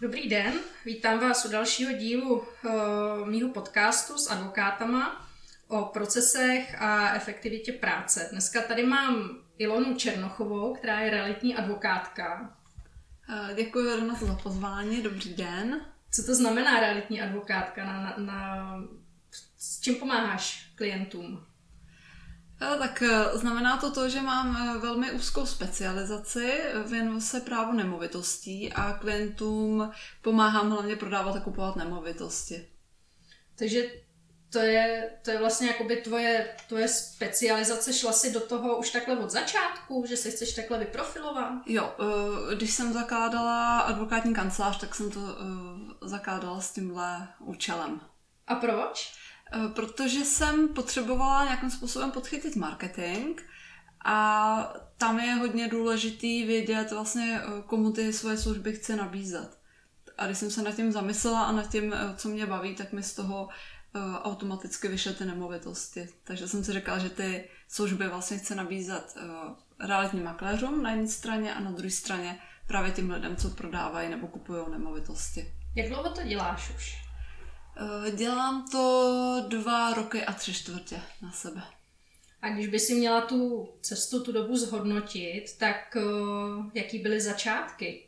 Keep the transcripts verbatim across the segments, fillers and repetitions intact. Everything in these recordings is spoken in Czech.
Dobrý den, vítám vás u dalšího dílu uh, mýho podcastu s advokátama o procesech a efektivitě práce. Dneska tady mám Ilonu Černochovou, která je realitní advokátka. Děkuji Verona za pozvání, dobrý den. Co to znamená realitní advokátka? Na, na, na, s čím pomáháš klientům? Tak znamená to to, že mám velmi úzkou specializaci, věnuji se právu nemovitostí a klientům pomáhám hlavně prodávat a kupovat nemovitosti. Takže to je, to je vlastně jakoby tvoje, tvoje specializace, šla si do toho už takhle od začátku, že se chceš takhle vyprofilovat? Jo, když jsem zakládala advokátní kancelář, tak jsem to zakládala s tímhle účelem. A proč? Protože jsem potřebovala nějakým způsobem podchytit marketing a tam je hodně důležitý vědět vlastně, komu ty svoje služby chci nabízet. A když jsem se nad tím zamyslela a nad tím, co mě baví, tak mi z toho automaticky vyšly ty nemovitosti. Takže jsem si říkala, že ty služby vlastně chci nabízet realitním makléřům na jedné straně a na druhé straně právě těm lidem, co prodávají nebo kupují nemovitosti. Jak dlouho to děláš už? Dělám to dva roky a tři čtvrtě na sebe. A když by si měla tu cestu, tu dobu zhodnotit, tak uh, jaký byly začátky?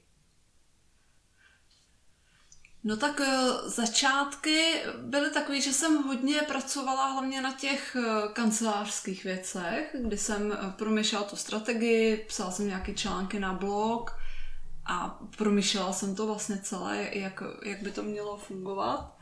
No tak uh, začátky byly takový, že jsem hodně pracovala hlavně na těch uh, kancelářských věcech, kdy jsem uh, promýšlela tu strategii, psala jsem nějaké články na blog a promýšlela jsem to vlastně celé, jak, jak by to mělo fungovat.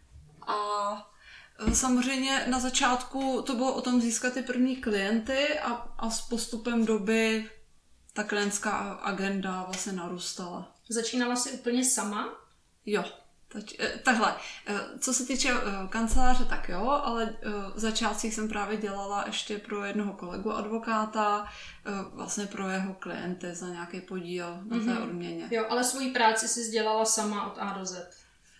A samozřejmě na začátku to bylo o tom získat ty první klienty a, a s postupem doby ta klientská agenda vlastně narůstala. Začínala jsi úplně sama? Jo, tač, takhle. Co se týče kanceláře, tak jo, ale v začátcích jsem právě dělala ještě pro jednoho kolegu advokáta, vlastně pro jeho klienty za nějaký podíl na té mm-hmm. odměně. Jo, ale svoji práci jsi dělala sama od A do Z.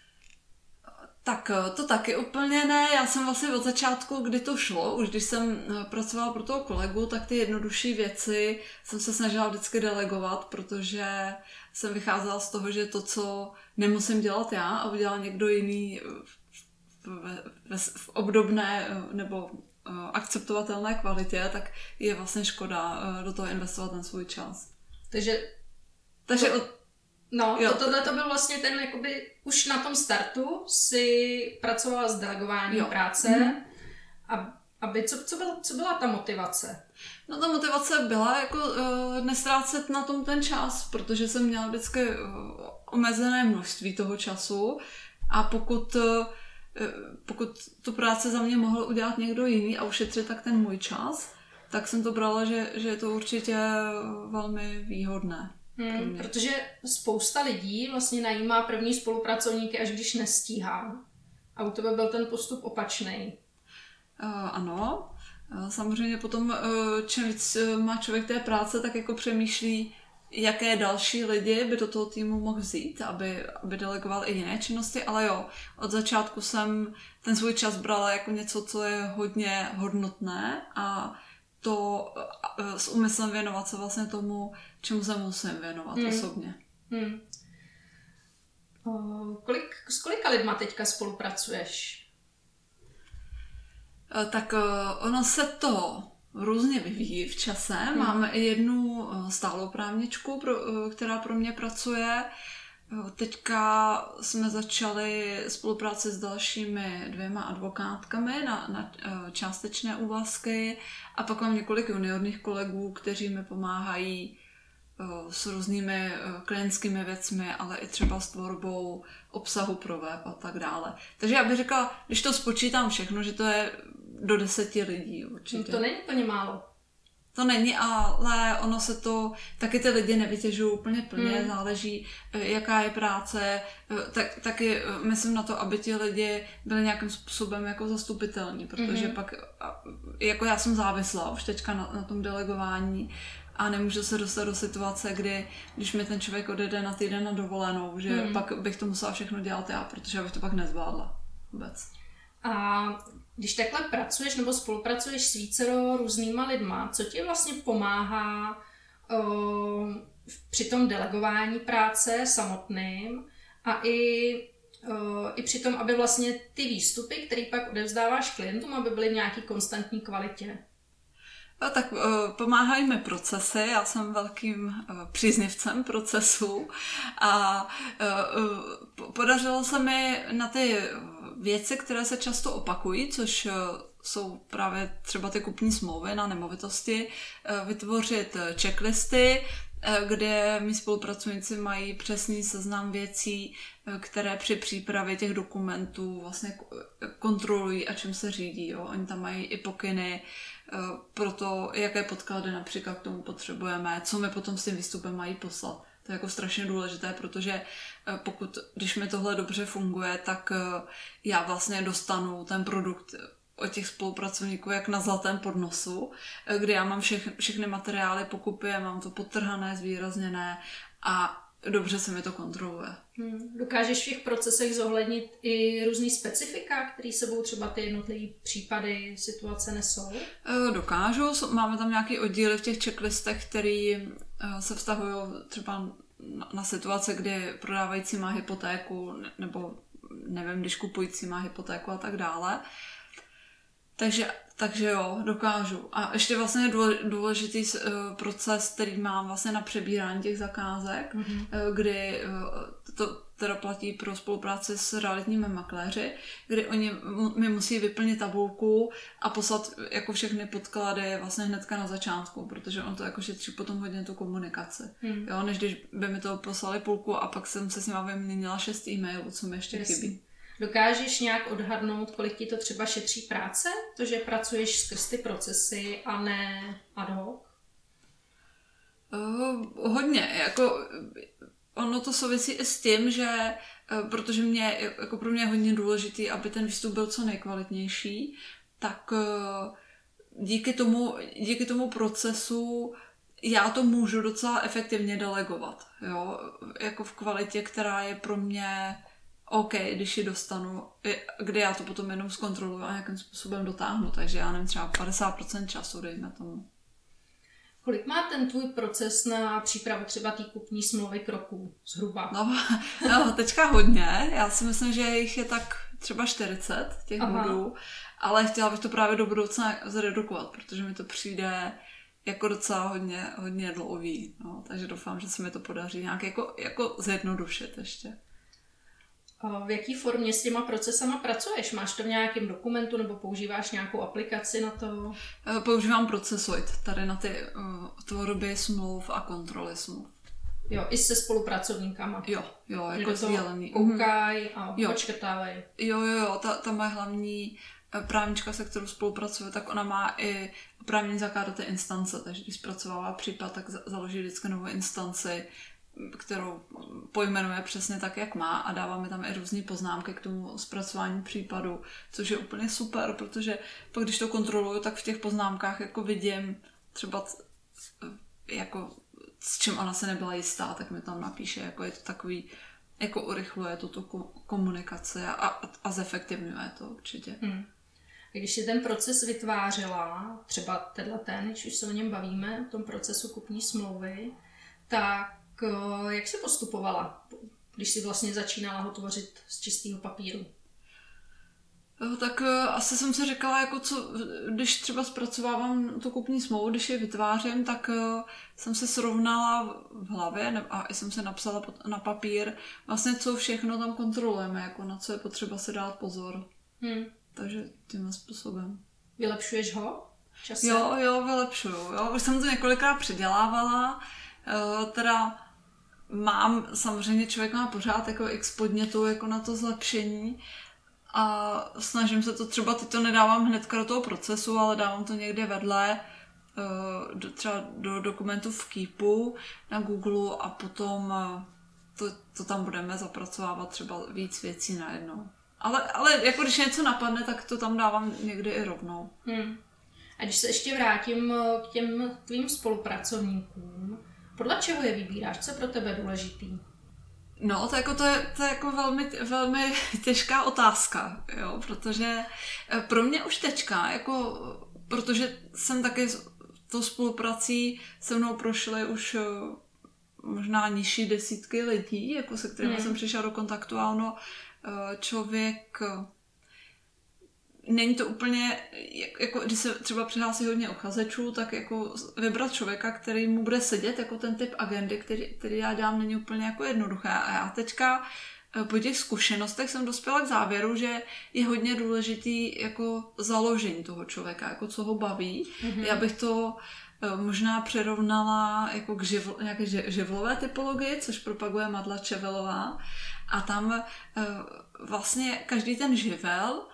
Tak to taky úplně ne, já jsem vlastně od začátku, kdy to šlo, už když jsem pracovala pro toho kolegu, tak ty jednodušší věci jsem se snažila vždycky delegovat, protože jsem vycházela z toho, že to, co nemusím dělat já a udělal někdo jiný v, v, v obdobné nebo akceptovatelné kvalitě, tak je vlastně škoda do toho investovat ten svůj čas. Takže... Takže to... No, to, tohle to byl vlastně ten, jakoby, už na tom startu si pracovala s delegováním jo. práce, mm-hmm. a, aby, co, co, byl, co byla ta motivace? No ta motivace byla jako uh, nestrácet na tom ten čas, protože jsem měla vždycky uh, omezené množství toho času a pokud, uh, pokud tu práci za mě mohl udělat někdo jiný a ušetřit tak ten můj čas, tak jsem to brala, že, že je to určitě velmi výhodné. Hmm, protože spousta lidí vlastně najímá první spolupracovníky, až když nestíhá. A u tebe byl ten postup opačný. Uh, ano. Uh, samozřejmě potom, uh, čím víc uh, má člověk té práce, tak jako přemýšlí, jaké další lidi by do toho týmu mohl vzít, aby, aby delegoval i jiné činnosti. Ale jo, od začátku jsem ten svůj čas brala jako něco, co je hodně hodnotné a to uh, s úmyslem věnovat se vlastně tomu, čemu se musím věnovat hmm. osobně. Hmm. Uh, kolik, s kolika lidma teďka spolupracuješ? Uh, tak uh, ono se to různě vyvíjí v čase. Hmm. Máme i jednu uh, stálou právničku, pro, uh, která pro mě pracuje. Uh, teďka jsme začali spolupráci s dalšími dvěma advokátkami na, na uh, částečné úvazky a pak mám několik juniorních kolegů, kteří mi pomáhají s různými klientskými věcmi, ale i třeba s tvorbou obsahu pro web a tak dále. Takže já bych řekla, když to spočítám všechno, že to je do deseti lidí určitě. To není úplně málo. To není, ale ono se to, taky ty lidi nevytěžují úplně plně, hmm. záleží, jaká je práce, tak, taky myslím na to, aby ti lidi byli nějakým způsobem jako zastupitelní, protože hmm. pak, jako já jsem závislá už teďka na, na tom delegování, a nemůžu se dostat do situace, kdy, když mi ten člověk odjede na týden na dovolenou, že hmm. pak bych to musela všechno dělat já, protože bych to pak nezvládla vůbec. A když takhle pracuješ nebo spolupracuješ s vícero různýma lidma, co ti vlastně pomáhá uh, při tom delegování práce samotným a i, uh, i při tom, aby vlastně ty výstupy, které pak odevzdáváš klientům, aby byly v nějaký konstantní kvalitě. No, tak uh, pomáhají mi procesy, já jsem velkým uh, příznivcem procesů a uh, uh, podařilo se mi na ty věci, které se často opakují, což uh, jsou právě třeba ty kupní smlouvy na nemovitosti, uh, vytvořit checklisty, uh, kde mý spolupracovníci mají přesný seznam věcí, uh, které při přípravě těch dokumentů vlastně kontrolují a čím se řídí. Jo. Oni tam mají i pokyny pro to, jaké podklady například k tomu potřebujeme, co mi potom s tím výstupem mají poslat. To je jako strašně důležité, protože pokud, když mi tohle dobře funguje, tak já vlastně dostanu ten produkt od těch spolupracovníků jak na zlatém podnosu, kdy já mám všech, všechny materiály pokupě, mám to podtrhané, zvýrazněné a dobře se mi to kontroluje. Hmm. Dokážeš v těch procesech zohlednit i různý specifika, které sebou třeba ty jednotlivé případy, situace nesou? Dokážu. Máme tam nějaké oddíly v těch checklistech, které se vztahují třeba na situace, kdy prodávající má hypotéku, nebo nevím, když kupující má hypotéku a tak dále. Takže, takže jo, dokážu. A ještě vlastně důležitý proces, který mám vlastně na přebírání těch zakázek, mm-hmm. kdy to teda platí pro spolupráci s realitními makléři, kdy oni mi musí vyplnit tabulku a poslat jako všechny podklady vlastně hnedka na začátku, protože on to jako šetří potom hodně tu komunikaci. Mm. Jo, než když by mi to poslali půlku a pak jsem se s nima vyměnila šest e-mailů, co mi ještě Jasně. chybí. Dokážeš nějak odhadnout, kolik ti to třeba šetří práce? To, že pracuješ skrz ty procesy a ne ad hoc? Uh, hodně. Jako, ono to souvisí i s tím, že uh, protože mě, jako pro mě je hodně důležitý, aby ten výstup byl co nejkvalitnější, tak uh, díky tomu, díky tomu procesu já to můžu docela efektivně delegovat. Jo? Jako v kvalitě, která je pro mě OK, když ji dostanu, kde já to potom jenom zkontroluji a nějakým způsobem dotáhnu, takže já nevím, třeba padesát procent času, dejme tomu. Kolik má ten tvůj proces na přípravu třeba té kupní smlouvy kroků zhruba? No, no, teďka hodně, já si myslím, že jich je tak třeba čtyřicet těch Aha. bodů, ale chtěla bych to právě do budoucna zredukovat, protože mi to přijde jako docela hodně, hodně dlouhý, no, takže doufám, že se mi to podaří nějak jako, jako zjednodušit ještě. V jaký formě s těma procesama pracuješ? Máš to v nějakém dokumentu nebo používáš nějakou aplikaci na to? Používám Procesoid, tady na ty uh, tvorby smluv a kontroly smluv. Jo, i se spolupracovníkama. Jo, jo, jako sdílený. Koukaj a počkrtávaj. Jo, jo, jo, ta, ta moje hlavní právnička, se kterou spolupracuje, tak ona má i právní zakládat ty instance, takže když zpracovává případ, tak založí vždycky novou instanci, kterou pojmenuje přesně tak, jak má a dává mi tam i různé poznámky k tomu zpracování případu, což je úplně super, protože pak, když to kontroluju, tak v těch poznámkách jako vidím třeba jako s čím ona se nebyla jistá, tak mi tam napíše, jako je to takový, jako urychluje to tu komunikaci a, a, a zefektivňuje to určitě. Hmm. Když jsi ten proces vytvářela, třeba tenhle ten, když už se o něm bavíme, o tom procesu kupní smlouvy, tak jak jsi postupovala, když jsi vlastně začínala ho tvořit z čistého papíru? Tak asi jsem si říkala, jako co, když třeba zpracovávám tu kupní smlouvu, když ji vytvářím, tak jsem se srovnala v hlavě a jsem se napsala na papír vlastně, co všechno tam kontrolujeme, jako na co je potřeba se dát pozor. Hmm. Takže tímhle způsobem. Vylepšuješ ho časem? Jo, jo, vylepšuju. Jo. Už jsem to několikrát předělávala, teda mám, samozřejmě člověk má pořád jako x podnětů jako na to zlepšení a snažím se to, třeba teď to nedávám hnedka do toho procesu, ale dávám to někde vedle, do, třeba do dokumentu v Keepu na Google a potom to, to tam budeme zapracovávat třeba víc věcí najednou. Ale, ale jako když něco napadne, tak to tam dávám někde i rovnou. Hmm. A když se ještě vrátím k těm tvým spolupracovníkům, podle čeho je vybíráš? Co je pro tebe důležitý? No, to, jako, to, je, to je jako velmi, velmi těžká otázka, jo, protože pro mě už teďka, jako, protože jsem taky s tou spoluprací se mnou prošly už možná nižší desítky lidí, jako se kterými hmm. jsem přišla do kontaktu a ono člověk není to úplně, jako když se třeba přihlásí hodně uchazečů, tak jako vybrat člověka, který mu bude sedět, jako ten typ agendy, který, který já dělám, není úplně jako jednoduché. A já teďka po těch zkušenostech jsem dospěla k závěru, že je hodně důležitý jako založení toho člověka, jako co ho baví. Mm-hmm. Já bych to možná přirovnala jako k živl, nějaké živlové typologii, což propaguje Madla Čevelová. A tam vlastně každý ten živel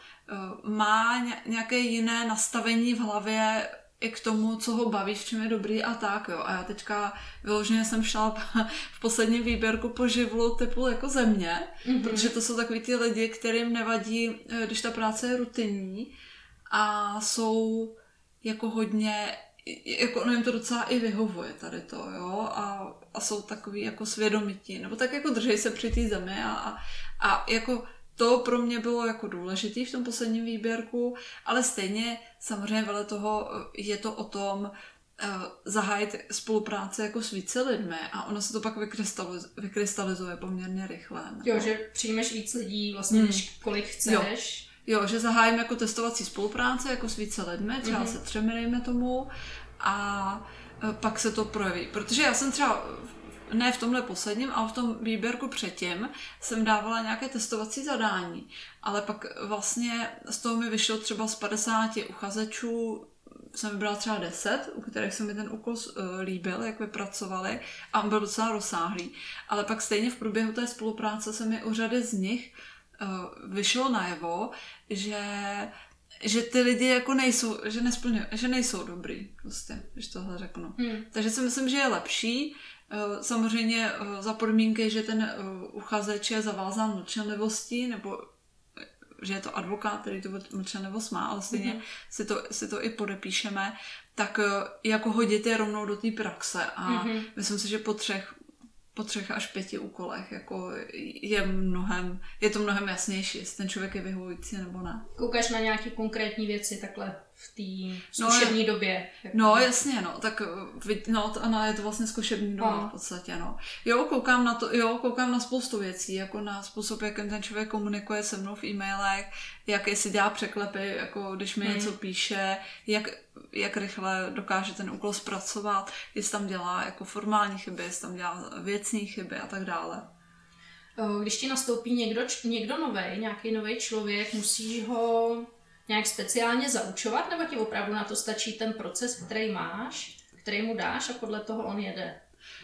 má nějaké jiné nastavení v hlavě i k tomu, co ho baví, v čem je dobrý a tak, jo. A já teďka vyloženě jsem šla v posledním výběrku po živlu typu jako země, mm-hmm. protože to jsou takový ty lidi, kterým nevadí, když ta práce je rutinní a jsou jako hodně, jako no jim to docela i vyhovuje tady to, jo, a, a jsou takový jako svědomití, nebo tak jako držej se při té zemi a, a, a jako to pro mě bylo jako důležitý v tom posledním výběrku, ale stejně samozřejmě vedle toho je to o tom uh, zahájit spolupráce jako s více lidmi a ono se to pak vykrystalizuje, vykrystalizuje poměrně rychle. Nebo... Jo, že přijmeš víc lidí vlastně, hmm. než kolik chceš. Jo. jo, že zahájím jako testovací spolupráce jako s více lidmi, třeba mm-hmm. se třemi dejme tomu a uh, pak se to projeví. Protože já jsem třeba ne v tomhle posledním, ale v tom výběrku předtím jsem dávala nějaké testovací zadání. Ale pak vlastně z toho mi vyšlo třeba z padesáti uchazečů, jsem vybrala třeba deset, u kterých se mi ten úkol uh, líbil, jak vypracovali a on byl docela rozsáhlý. Ale pak stejně v průběhu té spolupráce se mi u řady z nich uh, vyšlo najevo, že že ty lidi jako nejsou, že nesplňují, že nejsou dobrý, prostě, když tohle řeknu. Hmm. Takže si myslím, že je lepší, samozřejmě za podmínky, že ten uchazeč je zavázán mlčenlivostí, nebo že je to advokát, který tu mlčenlivost má, ale stejně mm-hmm. si, to, si to i podepíšeme, tak jako hodit je rovnou do té praxe. A mm-hmm. myslím si, že po třech po třech až pěti úkolech jako je mnohem, je to mnohem jasnější, jestli ten člověk je vyhovující nebo ne. Koukáš na nějaké konkrétní věci takhle v té zkušební no, době? No jasně, no, tak no, to, no, je to vlastně zkušební doba v podstatě, no. Jo, koukám na to, jo, koukám na spoustu věcí, jako na způsob, jakým ten člověk komunikuje se mnou v e-mailech, jak si dělá překlepy, jako když mi hmm. něco píše, jak, jak rychle dokáže ten úkol zpracovat, jestli tam dělá jako formální chyby, jestli tam dělá věcné chyby a tak dále. Když ti nastoupí někdo, někdo novej, nějaký nový člověk, musíš ho nějak speciálně zaučovat, nebo ti opravdu na to stačí ten proces, který máš, který mu dáš a podle toho on jede?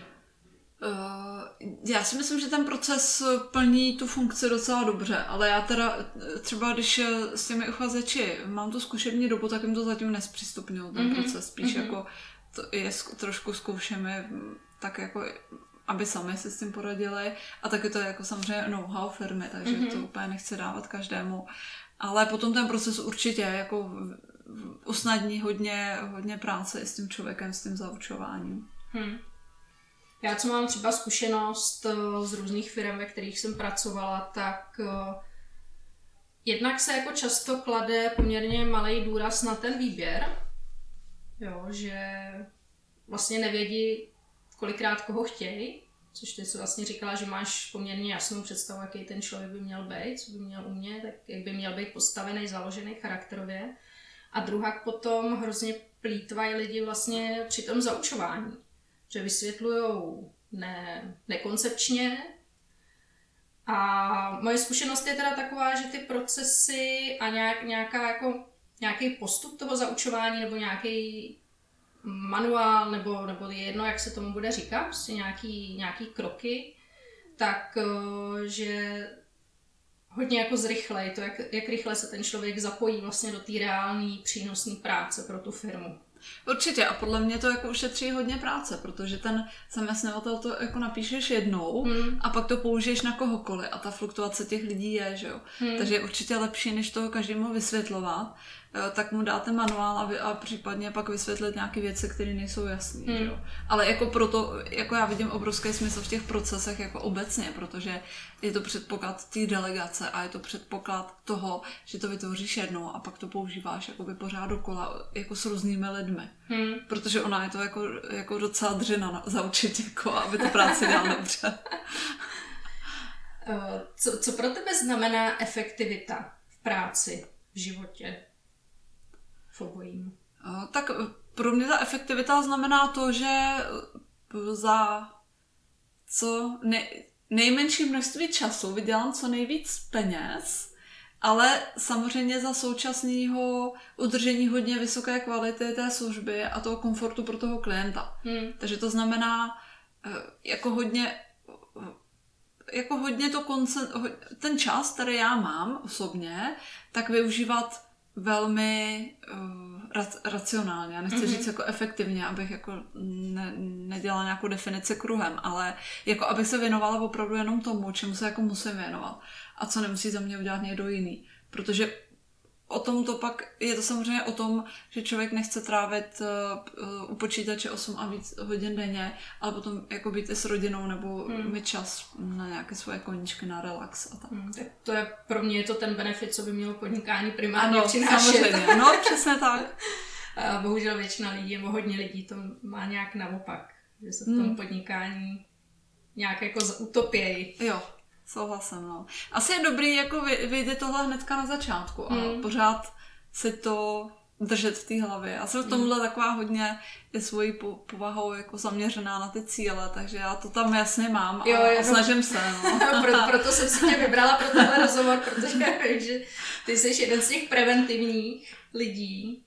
Uh, já si myslím, že ten proces plní tu funkci docela dobře, ale já teda třeba, když s těmi uchazeči mám tu zkušební dobu, tak jim to zatím nespřístupňuju, ten mm-hmm. proces. Spíš mm-hmm. jako to je trošku zkoušeme tak jako aby sami si s tím poradili a taky to je jako samozřejmě know-how firmy, takže mm-hmm. to úplně nechci dávat každému. Ale potom ten proces určitě jako usnadní hodně, hodně práce i s tím člověkem, s tím zaučováním. Hmm. Já, co mám třeba zkušenost z různých firm, ve kterých jsem pracovala, tak jednak se jako často klade poměrně malý důraz na ten výběr, jo, že vlastně nevědí, kolikrát koho chtějí, což ty jsi vlastně říkala, že máš poměrně jasnou představu, jaký ten člověk by měl být, co by měl umět, tak jak by měl být postavený, založený charakterově. A druhak potom hrozně plýtvají lidi vlastně při tom zaučování, že vysvětlujou ne, nekoncepčně. A moje zkušenost je teda taková, že ty procesy a nějak, nějaká jako, nějaký postup toho zaučování nebo nějaký manuál, nebo, nebo je jedno, jak se tomu bude říkat, prostě nějaký, nějaký kroky, tak že hodně jako zrychlej to, jak, jak rychle se ten člověk zapojí vlastně do té reální přínosné práce pro tu firmu. Určitě a podle mě to jako ušetří hodně práce, protože ten zaměstnavatel to jako napíšeš jednou hmm. a pak to použiješ na kohokoliv a ta fluktuace těch lidí je, že jo. Hmm. Takže je určitě lepší, než to každému vysvětlovat, tak mu dáte manuál a, vy, a případně pak vysvětlit nějaké věci, které nejsou jasné. Hmm. Jo. Ale jako proto, jako já vidím obrovský smysl v těch procesech jako obecně, protože je to předpoklad té delegace a je to předpoklad toho, že to vytvoříš jednou a pak to používáš jakoby pořád dokola jako s různými lidmi. Hmm. Protože ona je to jako, jako docela dřina zaučit někoho, aby to práci dělal dobře. Co, co pro tebe znamená efektivita v práci, v životě, v obojím? Tak pro mě ta efektivita znamená to, že za co nej, nejmenší množství času vydělám co nejvíc peněz, ale samozřejmě za současného udržení hodně vysoké kvality té služby a toho komfortu pro toho klienta. Hmm. Takže to znamená jako hodně jako hodně to koncent... ten čas, který já mám osobně, tak využívat velmi uh, ra- racionálně. Já nechci mm-hmm. říct jako efektivně, abych jako ne- nedělala nějakou definici kruhem, ale jako abych se věnovala opravdu jenom tomu, čemu se jako musím věnovat a co nemusí za mě udělat někdo jiný. Protože o tom to pak, je to samozřejmě o tom, že člověk nechce trávit uh, u počítače osm a víc hodin denně, ale potom jako být i s rodinou nebo hmm. mít čas na nějaké svoje koníčky, na relax a tak. Hmm, tak to je, pro mě je to ten benefit, co by mělo podnikání primárně ano, přinášet. Samozřejmě, no přesně tak. A bohužel většina lidí, nebo hodně lidí to má nějak naopak, že se v tom hmm. podnikání nějak jako utopějí. Jo. Souhlasím, no. Asi je dobrý jako vyjde tohle hnedka na začátku a hmm. pořád si to držet v té hlavě. Já jsem v tomhle taková hodně je svojí povahou jako zaměřená na ty cíle, takže já to tam jasně mám a, jo, a snažím se. No. proto, proto jsem si tě vybrala pro tenhle rozhovor, protože já vím, že ty jsi jeden z těch preventivních lidí,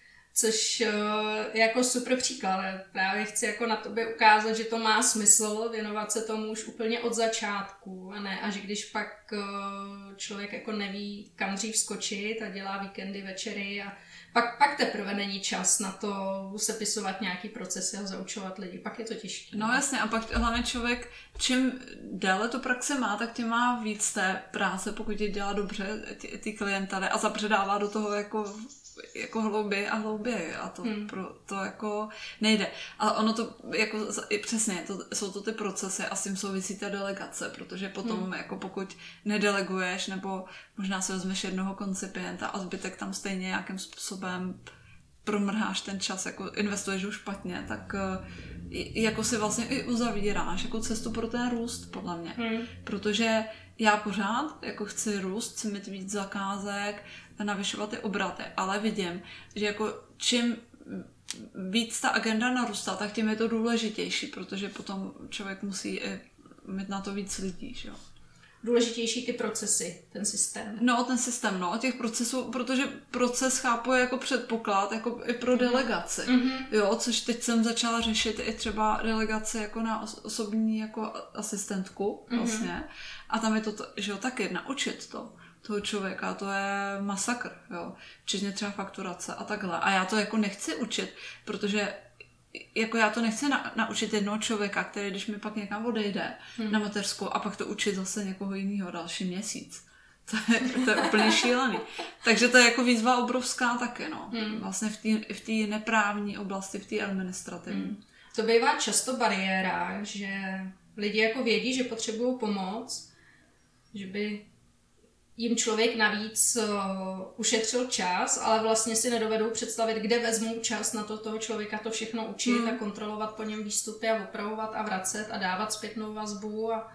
což je jako super příklad. Právě chci jako na tobě ukázat, že to má smysl věnovat se tomu už úplně od začátku a ne až když pak člověk jako neví, kam dřív skočit a dělá víkendy, večery a pak, pak teprve není čas na to sepisovat nějaký procesy a zaučovat lidi. Pak je to těžké. No jasně a pak hlavně člověk, čím déle tu praxi má, tak tím má víc té práce, pokud je dělá dobře ty, ty klientele a zapředává do toho jako jako hlouběji a hlouběji a to, hmm. pro, to jako nejde. Ale ono to jako přesně, to, jsou to ty procesy a s tím souvisí ta delegace, protože potom hmm. jako pokud nedeleguješ nebo možná si vezmeš jednoho koncipienta a zbytek tam stejně nějakým způsobem promrháš ten čas, jako investuješ ho špatně, tak jako si vlastně i uzavíráš jako cestu pro ten růst, podle mě. Hmm. Protože já pořád jako chci růst, chci mít víc zakázek, navyšovat ty obraty, ale vidím, že jako čím víc ta agenda narůstá, tak tím je to důležitější, protože potom člověk musí i mít na to víc lidí, že jo. Důležitější ty procesy, ten systém. No, ten systém, no, těch procesů, protože proces chápu jako předpoklad, jako i pro delegaci, mm-hmm. jo, což teď jsem začala řešit i třeba delegaci jako na osobní jako asistentku, vlastně, mm-hmm. a tam je to, že jo, taky naučit to. toho člověka, to je masakr, jo. Včetně třeba fakturace a takhle. A já to jako nechci učit, protože jako já to nechci na, naučit jednoho člověka, který když mi pak někam odejde hmm. na mateřskou a pak to učit zase někoho jiného další měsíc. To je, to je úplně šílený. Takže to je jako výzva obrovská taky, no. Hmm. Vlastně v té v neprávní oblasti, v té administrativní. Hmm. To bývá často bariéra, že lidi jako vědí, že potřebují pomoc, že by jim člověk navíc uh, ušetřil čas, ale vlastně si nedovedou představit, kde vezmou čas na to toho člověka to všechno učit hmm. a kontrolovat po něm výstupy a opravovat a vracet a dávat zpětnou vazbu. A...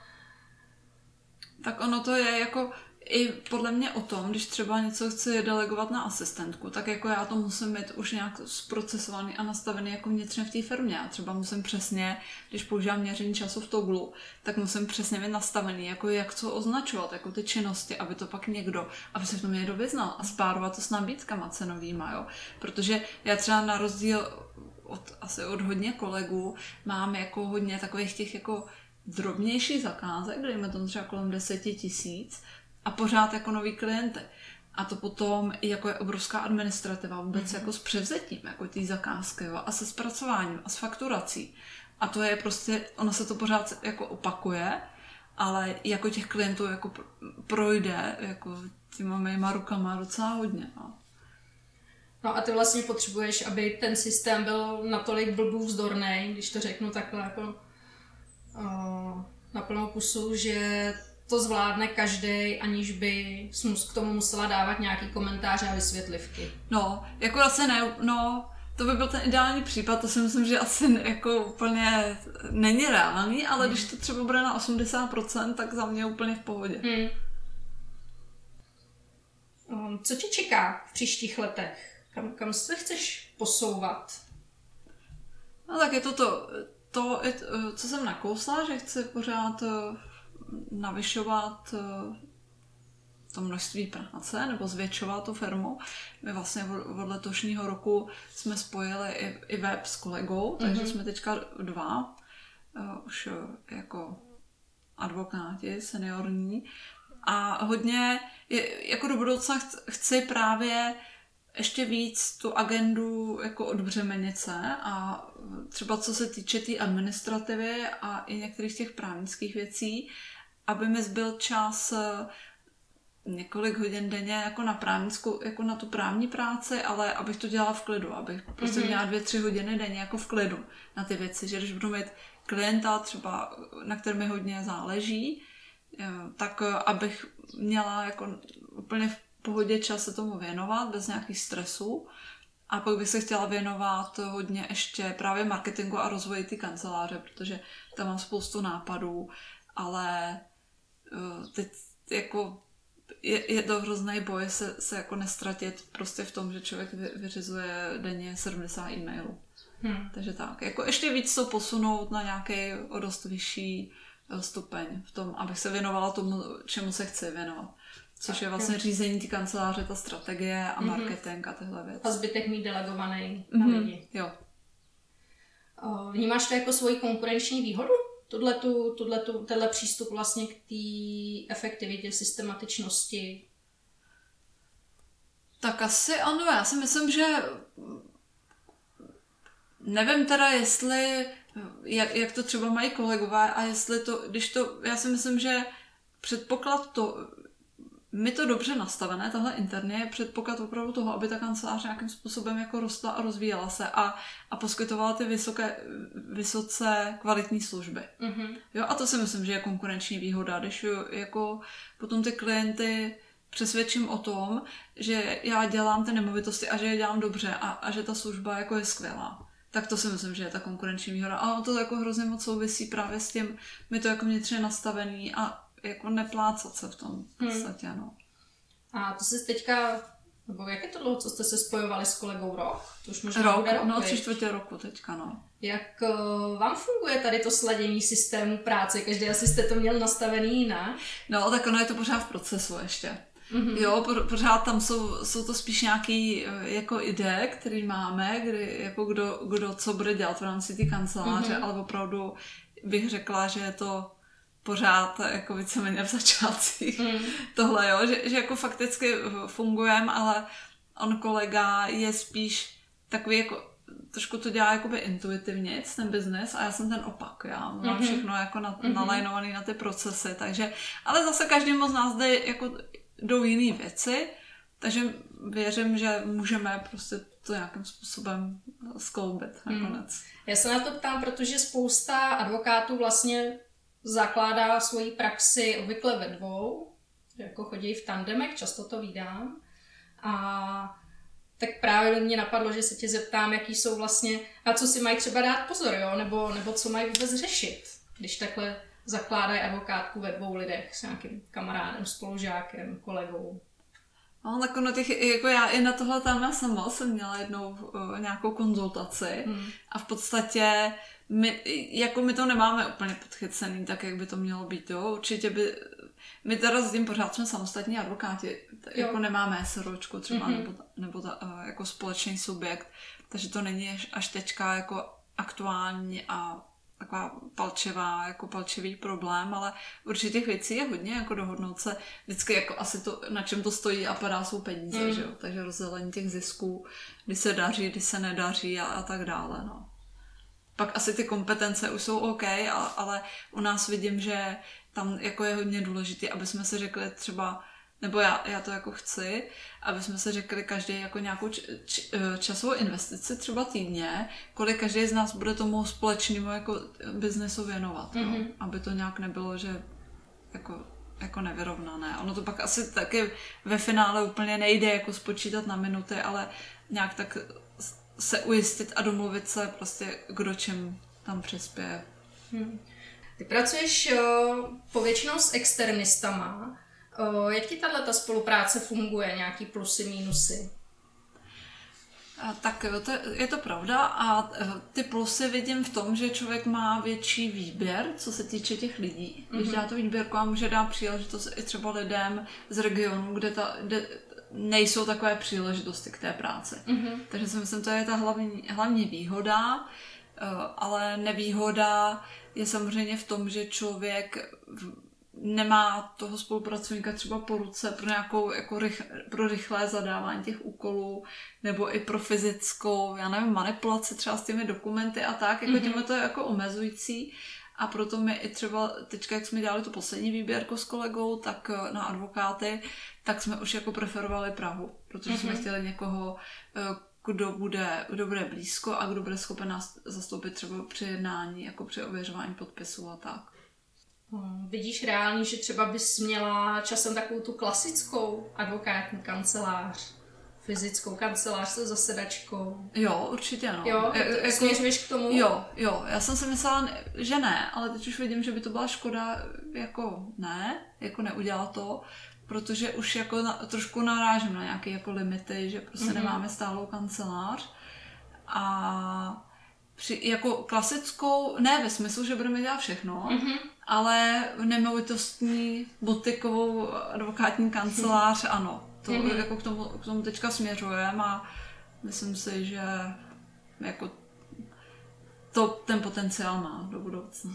Tak ono to je jako i podle mě o tom, když třeba něco chci delegovat na asistentku, tak jako já to musím mít už nějak zprocesovaný a nastavený jako vnitřně v té firmě. A třeba musím přesně, když používám měření času v Togglu, tak musím přesně mít nastavený, jako jak co označovat, jako ty činnosti, aby to pak někdo, aby se v tom někdo vyznal a spárovat to s nabídkama cenovýma, jo. Protože já třeba na rozdíl od, asi od hodně kolegů mám jako hodně takových těch jako drobnějších zakázek, dejme tomu třeba kolem deseti tisíc, a pořád jako nový klienty. A to potom jako je obrovská administrativa vůbec mm-hmm. jako s převzetím, jako ty zakázky, jo, a se zpracováním a s fakturací. A to je prostě, ono se to pořád jako opakuje, ale jako těch klientů jako projde jako těma mýma rukama docela hodně. No. No a ty vlastně potřebuješ, aby ten systém byl natolik blbů vzdornej, když to řeknu takhle jako uh, na plnou pusu, že to zvládne každej, aniž by k tomu musela dávat nějaký komentáře a vysvětlivky. No, jako asi ne, no, to by byl ten ideální případ, to si myslím, že asi jako úplně není reálný, ale hmm. když to třeba bude na osmdesát procent, tak za mě úplně v pohodě. Hmm. Um, co tě čeká v příštích letech? Kam, kam se chceš posouvat? No tak je to to, to, co jsem nakousla, že chci pořád navyšovat to množství práce nebo zvětšovat tu firmu. My vlastně od letošního roku jsme spojili i, i web s kolegou, takže mm-hmm. jsme teďka dva, už jako advokáti seniorní a hodně, je, jako do budoucna chci právě ještě víc tu agendu jako odbřemenit se a třeba co se týče té tý administrativy a i některých těch právnických věcí, aby mi zbyl čas několik hodin denně jako na právnickou, jako na tu právní práci, ale abych to dělala v klidu, abych prostě mm-hmm. měla dvě, tři hodiny denně jako v klidu na ty věci, že když budu mít klienta třeba, na kterém mi hodně záleží, tak abych měla jako úplně v pohodě čas se tomu věnovat, bez nějakých stresů. A pak bych se chtěla věnovat hodně ještě právě marketingu a rozvoji té kanceláře, protože tam mám spoustu nápadů, ale teď jako je, je to hrozný boj se, se jako nestratit prostě v tom, že člověk vy, vyřizuje denně sedmdesát e-mailů. Hmm. Takže tak, jako ještě víc to posunout na nějaký o dost vyšší stupeň v tom, abych se věnovala tomu, čemu se chci věnovat. Což je vlastně řízení té kanceláře, ta strategie a marketing mm-hmm. a tyhle věci. A zbytek mít delegovaný na mm-hmm. lidi. Jo. Vnímáš to jako svoji konkurenční výhodu? Tudletu, tudletu, tenhle přístup vlastně k té efektivitě, systematičnosti? Tak asi ano, já si myslím, že nevím teda, jestli jak, jak to třeba mají kolegové a jestli to, když to, já si myslím, že předpoklad to, my to dobře nastavené, tahle interně je předpoklad opravdu toho, aby ta kancelář nějakým způsobem jako rostla a rozvíjela se a, a poskytovala ty vysoké, vysoce kvalitní služby. Mm-hmm. Jo, a to si myslím, že je konkurenční výhoda, když jako potom ty klienty přesvědčím o tom, že já dělám ty nemovitosti a že je dělám dobře a, a že ta služba jako je skvělá. Tak to si myslím, že je ta konkurenční výhoda. A to jako hrozně moc souvisí právě s tím, my to jako vnitřně nastavený a jako neplácat se v tom v podstatě, hmm. no. A to jsi teďka, nebo jak je to dlouho, co jste se spojovali s kolegou rok? To už možná rok, bude rok, no tři čtvrtě roku teďka, no. Jak uh, vám funguje tady to sladění systému práce? Každý asi jste to měl nastavený jinak? No, tak ono je to pořád v procesu ještě. Mm-hmm. Jo, pořád tam jsou, jsou to spíš nějaký jako ideje, které máme, kdy jako kdo, kdo co bude dělat v rámci té kanceláře, mm-hmm. ale opravdu bych řekla, že je to pořád jako víceméně v začátcích mm. tohle, jo, že, že jako fakticky fungujeme, ale on kolega je spíš takový jako, trošku to dělá jakoby intuitivně, ten biznes a já jsem ten opak, já mám mm-hmm. všechno jako na, mm-hmm. nalajnovaný na ty procesy, takže, ale zase každému z nás jde jako jdou jiný věci, takže věřím, že můžeme prostě to nějakým způsobem skloubit nakonec. Mm. Já se na to ptám, protože spousta advokátů vlastně zakládá svoji praxi obvykle ve dvou, jako chodí v tandemech, často to vídám. A tak právě mě napadlo, že se tě zeptám, jaký jsou vlastně, na co si mají třeba dát pozor, jo? Nebo, nebo co mají vůbec řešit, když takhle zakládají advokátku ve dvou lidech s nějakým kamarádem, spolužákem, kolegou. No, tak ono těch, jako já i na tohle téma sama jsem měla jednou uh, nějakou konzultaci hmm. a v podstatě my, jako my to nemáme úplně podchycený tak, jak by to mělo být, jo. Určitě by, my teda s tím pořád jsme samostatní advokáti, jo. Jako nemáme SROčku třeba, mm-hmm. nebo, nebo ta, uh, jako společný subjekt, takže to není až teďka jako aktuální a taková palčivá, jako palčivý problém, ale určitě těch věcí je hodně, jako dohodnout se vždycky jako asi to, na čem to stojí a padá jsou peníze, mm. že jo, takže rozdělení těch zisků, kdy se daří, kdy se nedaří a, a tak dále, no. Pak asi ty kompetence už jsou OK, a, ale u nás vidím, že tam jako je hodně důležité, aby jsme si řekli třeba, nebo já, já to jako chci, aby jsme se řekli každý jako nějakou č, č, časovou investici třeba týdně, kolik každý z nás bude tomu společnému jako biznesu věnovat. Mm-hmm. No? Aby to nějak nebylo, že jako, jako nevyrovnané. Ono to pak asi taky ve finále úplně nejde jako spočítat na minuty, ale nějak tak se ujistit a domluvit se prostě, kdo čem tam přispěje. Hmm. Ty pracuješ uh, povětšinou s externistama. Uh, jak ti tato spolupráce funguje? Nějaký plusy, mínusy? A tak to, je to pravda a ty plusy vidím v tom, že člověk má větší výběr, co se týče těch lidí. Když mm-hmm. dá to výběrku a může dát příležitost i třeba lidem z regionu, kde, ta, kde nejsou takové příležitosti k té práci. Mm-hmm. Takže si myslím, to je ta hlavní, hlavní výhoda, ale nevýhoda je samozřejmě v tom, že člověk nemá toho spolupracovníka třeba po ruce pro nějakou jako rych, pro rychlé zadávání těch úkolů nebo i pro fyzickou, já nevím, manipulaci třeba s těmi dokumenty a tak, jako mm-hmm. těmi to je jako omezující a proto my i třeba teďka, jak jsme dělali tu poslední výběrku s kolegou, tak na advokáty, tak jsme už jako preferovali Prahu, protože mm-hmm. jsme chtěli někoho, kdo bude, kdo bude blízko a kdo bude schopen nás zastoupit třeba při jednání, jako při ověřování podpisů a tak. Hmm, vidíš reálně, že třeba bys měla časem takovou tu klasickou advokátní kancelář, fyzickou kancelář se zasedačkou? Jo, určitě no. Jo, jako, směřuješ k tomu? Jo, jo, já jsem si myslela, že ne, ale teď už vidím, že by to byla škoda, jako ne, jako neudělat to, protože už jako na, trošku narážím na nějaké jako limity, že prostě mm-hmm. nemáme stálou kancelář a při, jako klasickou, ne ve smyslu, že budeme dělat všechno, mm-hmm. ale nemovitostní butikovou advokátní kancelář, ano. To mm-hmm. jako k tomu, k tomu teďka směřujeme a myslím si, že jako to ten potenciál má do budoucna.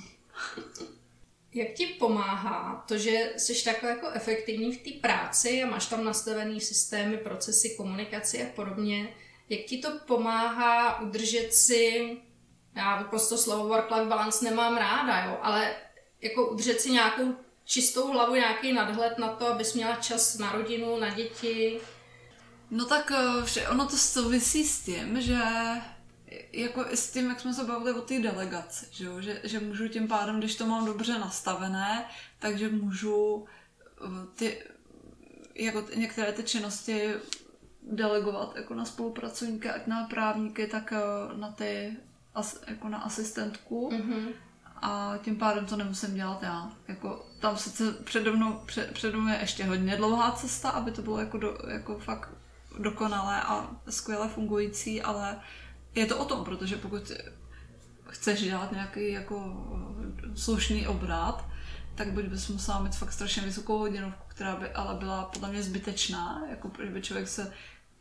Jak ti pomáhá to, že jsi takhle jako efektivní v té práci a máš tam nastavený systémy, procesy, komunikaci a podobně, jak ti to pomáhá udržet si, já prostě slovo work-life balance nemám ráda, jo, ale jako udržet si nějakou čistou hlavu, nějaký nadhled na to, abys měla čas na rodinu, na děti? No tak ono to souvisí s tím, že jako i s tím, jak jsme se bavili o té delegaci, že, jo? Že, že můžu tím pádem, když to mám dobře nastavené, takže můžu ty, jako některé ty činnosti delegovat jako na spolupracovníky, ať na právníky, tak na ty jako na asistentku. Mm-hmm. A tím pádem to nemusím dělat já. Jako, tam sice přede mnou, před, přede mnou je ještě hodně dlouhá cesta, aby to bylo jako, do, jako fakt dokonalé a skvěle fungující, ale je to o tom, protože pokud chceš dělat nějaký jako slušný obrat, tak buď bys musela mít fakt strašně vysokou hodinovku, která by ale byla podle mě zbytečná, jako kdyby člověk se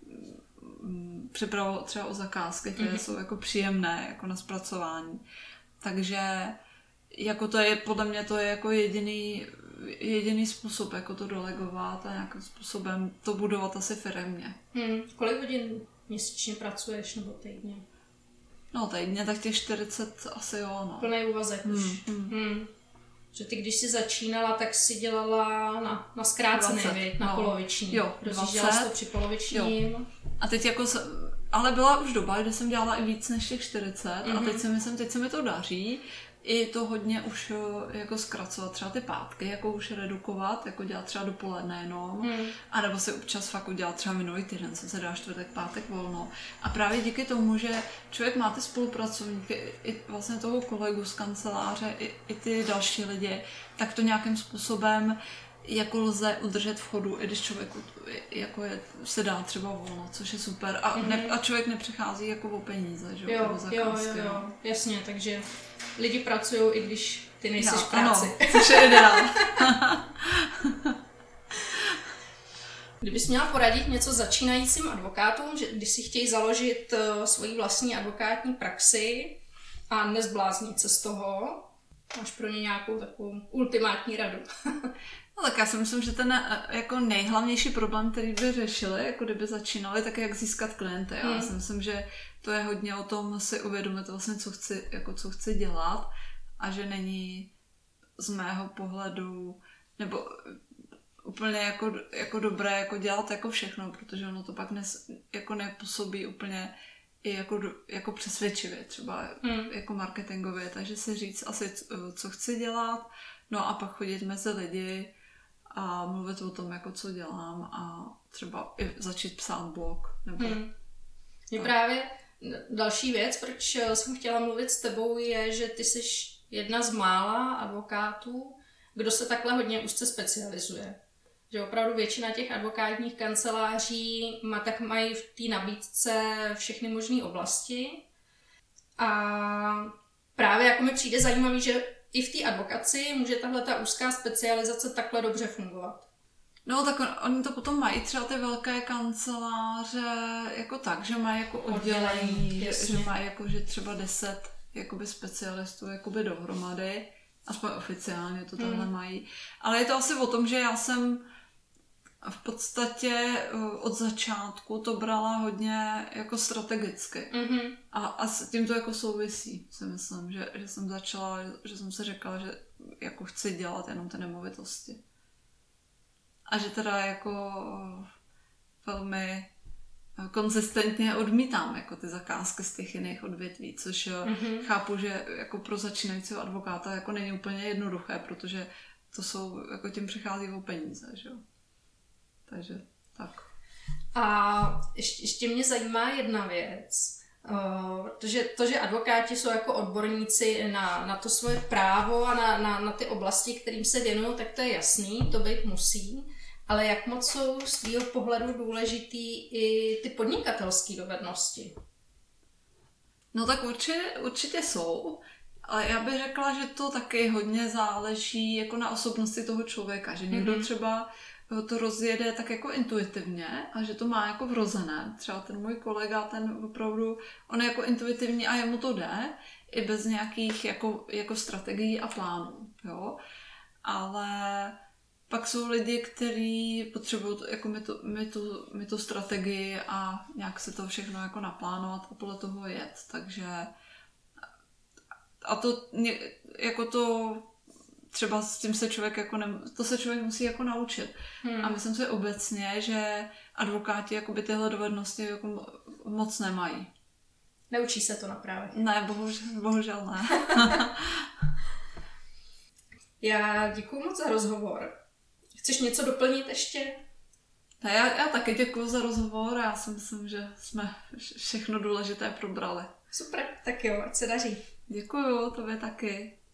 připravoval třeba o zakázky, které mm-hmm. jsou jako příjemné jako na zpracování. Takže jako to je, podle mě to je jako jediný, jediný způsob, jako to delegovat a nějakým způsobem to budovat asi firemně. Hmm. Kolik hodin měsíčně pracuješ nebo týdně? No týdně tak těch čtyřicet asi jo, no. Plný úvazek už. Hmm. Hmm. Hmm. Že ty, když jsi začínala, tak si dělala na, na zkrácený, dvacet, na no. poloviční. Jo, dělala to při polovičním. Jo. A teď jako, ale byla už doba, kdy jsem dělala i víc než těch čtyřicet mm-hmm. a teď si myslím, teď se mi to daří. I to hodně už jako zkracovat třeba ty pátky, jako už redukovat, jako dělat třeba dopoledne jenom, hmm. a nebo si občas fakt udělat třeba minulý týden, co se dá čtvrtek, pátek volno. A právě díky tomu, že člověk má ty spolupracovníky, i vlastně toho kolegu z kanceláře, i, i ty další lidi, tak to nějakým způsobem jako lze udržet v chodu, i když člověk jako je, se dá třeba volno, což je super. A, ne, a člověk nepřichází jako o peníze, že jo? Jo, jo, jo, jo, jasně, takže lidi pracují, i když ty nejsi v práci. Ano, což je ideál. Kdybys měla poradit něco začínajícím advokátům, že když si chtějí založit uh, svoji vlastní advokátní praxi a nezbláznit se z toho, máš pro ně nějakou takovou ultimátní radu? No tak já si myslím, že ten jako nejhlavnější problém, který by řešili, jako kdyby začínali, tak je jak získat klienty. Hmm. Já si myslím, že to je hodně o tom si uvědomit vlastně, co chci, jako co chci dělat a že není z mého pohledu, nebo úplně jako, jako dobré jako dělat jako všechno, protože ono to pak nes, jako nepůsobí úplně i jako, jako přesvědčivě, třeba hmm. jako marketingově, takže si říct asi, co chci dělat, no a pak chodit mezi lidi a mluvit o tom, jako co dělám a třeba i začít psát blog. Nebo... Hmm. Mě právě další věc, proč jsem chtěla mluvit s tebou, je, že ty jsi jedna z mála advokátů, kdo se takhle hodně úzce specializuje. Že opravdu většina těch advokátních kanceláří má, tak mají v té nabídce všechny možné oblasti. A právě jako mi přijde zajímavý, že i v té advokaci může tahle ta úzká specializace takhle dobře fungovat. No tak on, oni to potom mají třeba ty velké kanceláře jako tak, že mají jako oddělení, že, že mají jako, že třeba deset jakoby specialistů jakoby dohromady, aspoň oficiálně to takhle hmm. mají. Ale je to asi o tom, že já jsem v podstatě od začátku to brala hodně jako strategicky. Mm-hmm. A, a s tím to jako souvisí, si myslím, že, že jsem začala, že jsem si řekla, že jako chci dělat jenom ty nemovitosti. A že teda jako velmi konzistentně odmítám jako ty zakázky z těch jiných odvětví, což mm-hmm. chápu, že jako pro začínajícího advokáta jako není úplně jednoduché, protože to jsou, jako tím přichází o peníze, že jo. Takže tak. A ještě, ještě mě zajímá jedna věc, uh, protože to, že advokáti jsou jako odborníci na, na to svoje právo a na, na, na ty oblasti, kterým se věnují, tak to je jasný, to být musí. Ale jak moc jsou z tvýho pohledu důležitý i ty podnikatelské dovednosti? No tak určitě, určitě jsou, ale já bych řekla, že to taky hodně záleží jako na osobnosti toho člověka, že někdo mm-hmm. třeba to rozjede tak jako intuitivně a že to má jako vrozené. Třeba ten můj kolega, ten opravdu, on je jako intuitivní a jemu to jde, i bez nějakých jako, jako strategií a plánů, jo. Ale pak jsou lidi, kteří potřebují jako my, tu, my, tu, my tu strategii a nějak se to všechno jako naplánovat a podle toho jet. Takže a to jako to třeba s tím se člověk jako ne, to se člověk musí jako naučit. Hmm. A myslím si obecně, že advokáti jakoby tyhle dovednosti jako moc nemají. Neučí se to na právech? Ne, bohužel, bohužel ne. Já děkuju moc za rozhovor. Chceš něco doplnit ještě? Ne, já, já taky děkuju za rozhovor a já si myslím, že jsme všechno důležité probrali. Super, tak jo, ať se daří. Děkuju, tobě taky.